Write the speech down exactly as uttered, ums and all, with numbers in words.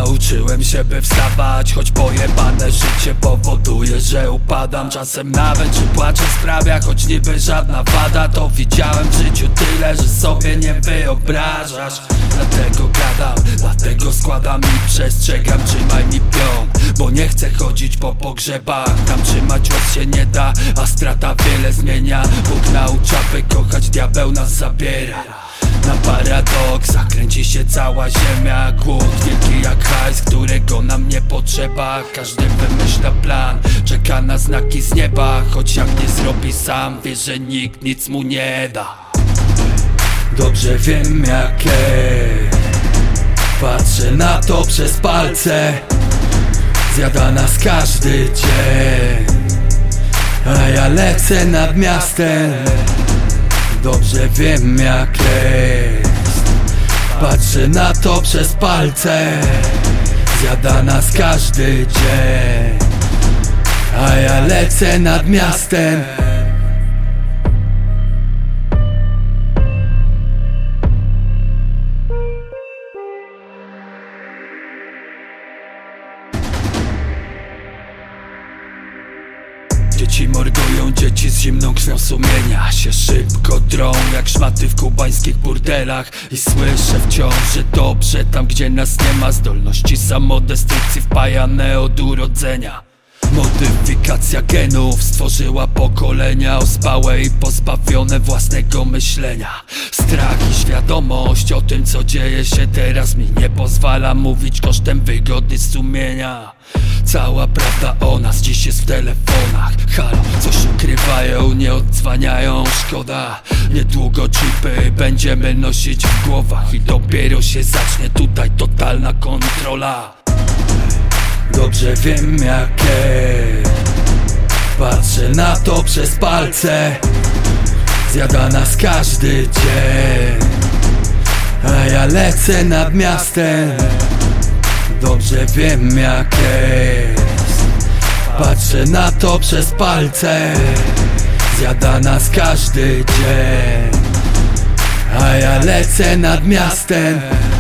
Nauczyłem się by wstawać, choć pojebane życie powoduje, że upadam. Czasem nawet czy płaczę sprawia, choć niby żadna wada. To widziałem w życiu tyle, że sobie nie wyobrażasz. Dlatego gadam, dlatego składam i przestrzegam. Trzymaj mi pion, bo nie chcę chodzić po pogrzebach. Tam trzymać łez się nie da, a strata wiele zmienia. Bóg naucza, by kochać, diabeł nas zabiera. Na paradoksach kręci się cała ziemia. Głód wielki jak hajs, którego nam nie potrzeba. Każdy wymyśla plan, czeka na znaki z nieba. Choć jak nie zrobi sam, wie, że nikt nic mu nie da. Dobrze wiem jakie, patrzę na to przez palce. Zjada nas każdy dzień, a ja lecę nad miastem. Dobrze wiem jak jest, patrzę na to przez palce. Zjada nas każdy dzień, a ja lecę nad miastem. Dzieci mordują, dzieci z zimną krwią sumienia się szybko drą jak szmaty w kubańskich burdelach. I słyszę wciąż, że dobrze tam, gdzie nas nie ma. Zdolności samodestrukcji wpajane od urodzenia. Modyfikacja genów stworzyła pokolenia ospałe i pozbawione własnego myślenia. Strach i świadomość o tym, co dzieje się teraz, mi nie pozwala mówić kosztem wygody sumienia. Cała prawda o nas dziś jest w telefonach. Halo, coś ukrywają, nie odzwaniają, szkoda. Niedługo chipy będziemy nosić w głowach i dopiero się zacznie tutaj totalna kontrola. Dobrze wiem jakie, patrzę na to przez palce. Zjada nas każdy dzień, a ja lecę nad miastem. Dobrze wiem jak jest, patrzę na to przez palce. Zjada nas każdy dzień, a ja lecę nad miastem.